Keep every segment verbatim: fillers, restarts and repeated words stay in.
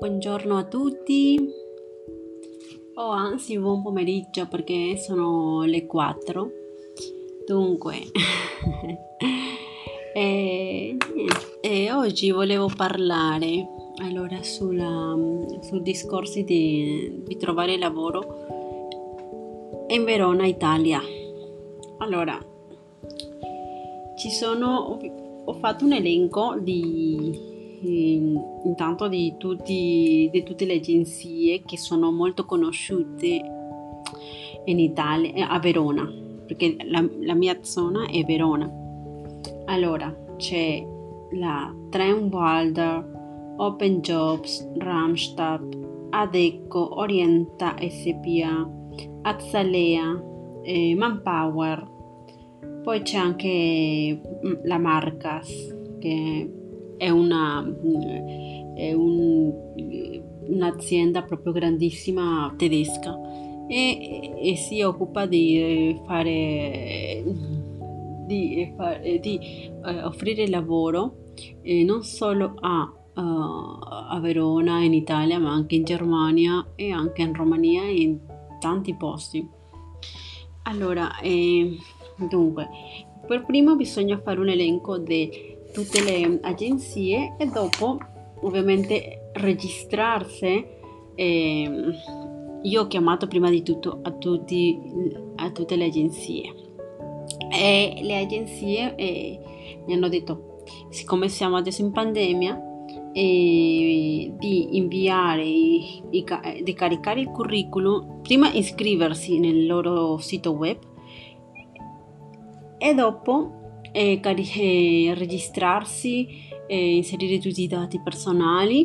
Buongiorno a tutti, o anzi buon pomeriggio perché sono le quattro. Dunque, e, e oggi volevo parlare allora sulla, sul discorso di, di trovare lavoro in Verona, Italia. Allora, ci sono, ho, ho fatto un elenco di intanto di, tutti, di tutte le agenzie che sono molto conosciute in Italia, a Verona, perché la, la mia zona è Verona. Allora c'è la Tremwalder, Open Jobs, Randstad, Adecco, Orienta S P A, Azalea, eh, Manpower. Poi c'è anche la Marcas, che è una è un, un'azienda proprio grandissima tedesca e, e si occupa di fare di, fare, di eh, offrire lavoro eh, non solo a, uh, a Verona in Italia, ma anche in Germania e anche in Romania e in tanti posti. Allora, eh, dunque, per primo bisogna fare un elenco di tutte le agenzie e dopo ovviamente registrarsi. Eh, io ho chiamato prima di tutto a, tutti, a tutte le agenzie e le agenzie eh, mi hanno detto, siccome siamo adesso in pandemia, eh, di inviare, i, i, di caricare il curriculum, prima iscriversi nel loro sito web e dopo eh, cari- eh, registrarsi, eh, inserire tutti i dati personali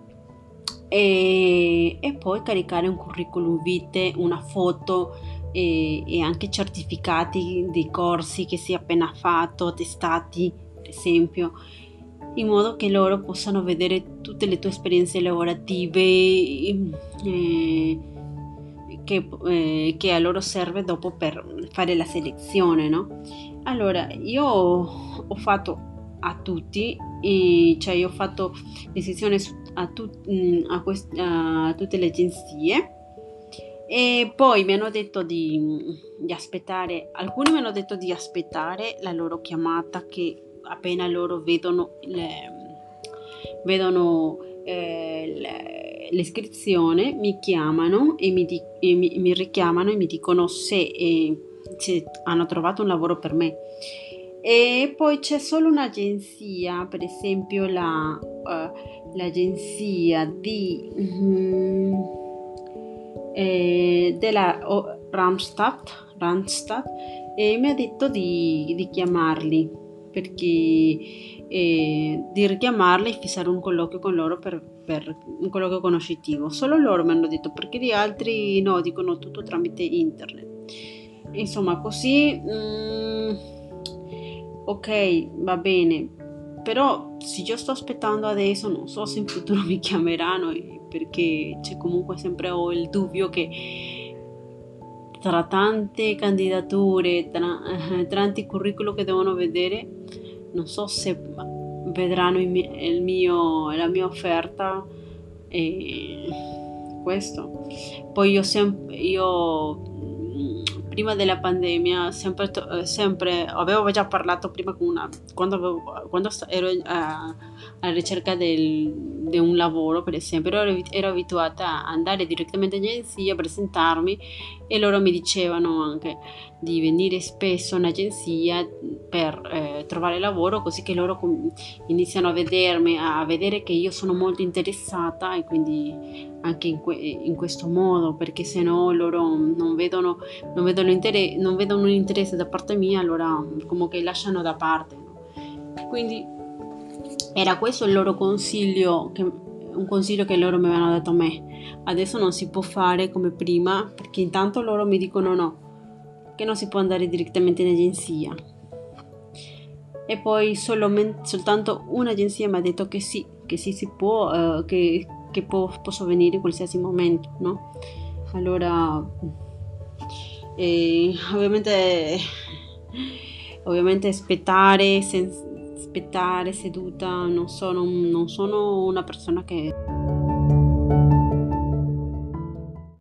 e, e poi caricare un curriculum vitae, una foto e, e anche certificati dei corsi che si è appena fatto, attestati per esempio, in modo che loro possano vedere tutte le tue esperienze lavorative eh, che, eh, che a loro serve dopo per fare la selezione, no? Allora, io ho fatto a tutti, e, cioè io ho fatto decisione a, tut, a, quest, a tutte le agenzie e poi mi hanno detto di, di aspettare, alcuni mi hanno detto di aspettare la loro chiamata, che appena loro vedono, le, vedono eh, le, l'iscrizione mi chiamano e mi, di, e mi, mi richiamano e mi dicono se, eh, se hanno trovato un lavoro per me. E poi c'è solo un'agenzia, per esempio la, uh, l'agenzia di um, eh, della oh, Randstad, Randstad e mi ha detto di, di chiamarli perché eh, di richiamarli e fissare un colloquio con loro per, per un colloquio conoscitivo. Solo loro mi hanno detto, perché gli altri no, dicono tutto tramite internet. Insomma, così mm, ok, va bene, però se io sto aspettando adesso non so se in futuro mi chiameranno, perché c'è comunque sempre ho il dubbio che tra tante candidature, tra, eh, tanti curriculum che devono vedere, non so se vedranno il mio, il mio, la mia offerta e questo. Poi io sempre, io prima della pandemia sempre, sempre avevo già parlato prima con una, quando, avevo, quando ero a, alla ricerca del, di un lavoro per esempio, ero, ero abituata a andare direttamente in agenzia, a presentarmi e loro mi dicevano anche di venire spesso in agenzia per eh, trovare lavoro, così che loro com- iniziano a vedermi, a vedere che io sono molto interessata e quindi anche in, que- in questo modo, perché se no loro non vedono, non vedono, inter- non vedono un interesse da parte mia, allora come che lasciano da parte, no? Quindi era questo il loro consiglio, che, un consiglio che loro mi avevano dato a me. Adesso non si può fare come prima, perché intanto loro mi dicono no, che non si può andare direttamente in agenzia. E poi solo, soltanto un'agenzia mi ha detto che sì, che sì si può, uh, che, che può, posso venire in qualsiasi momento, no? Allora, eh, ovviamente, ovviamente aspettare, sen- aspettare seduta, non sono, non sono una persona che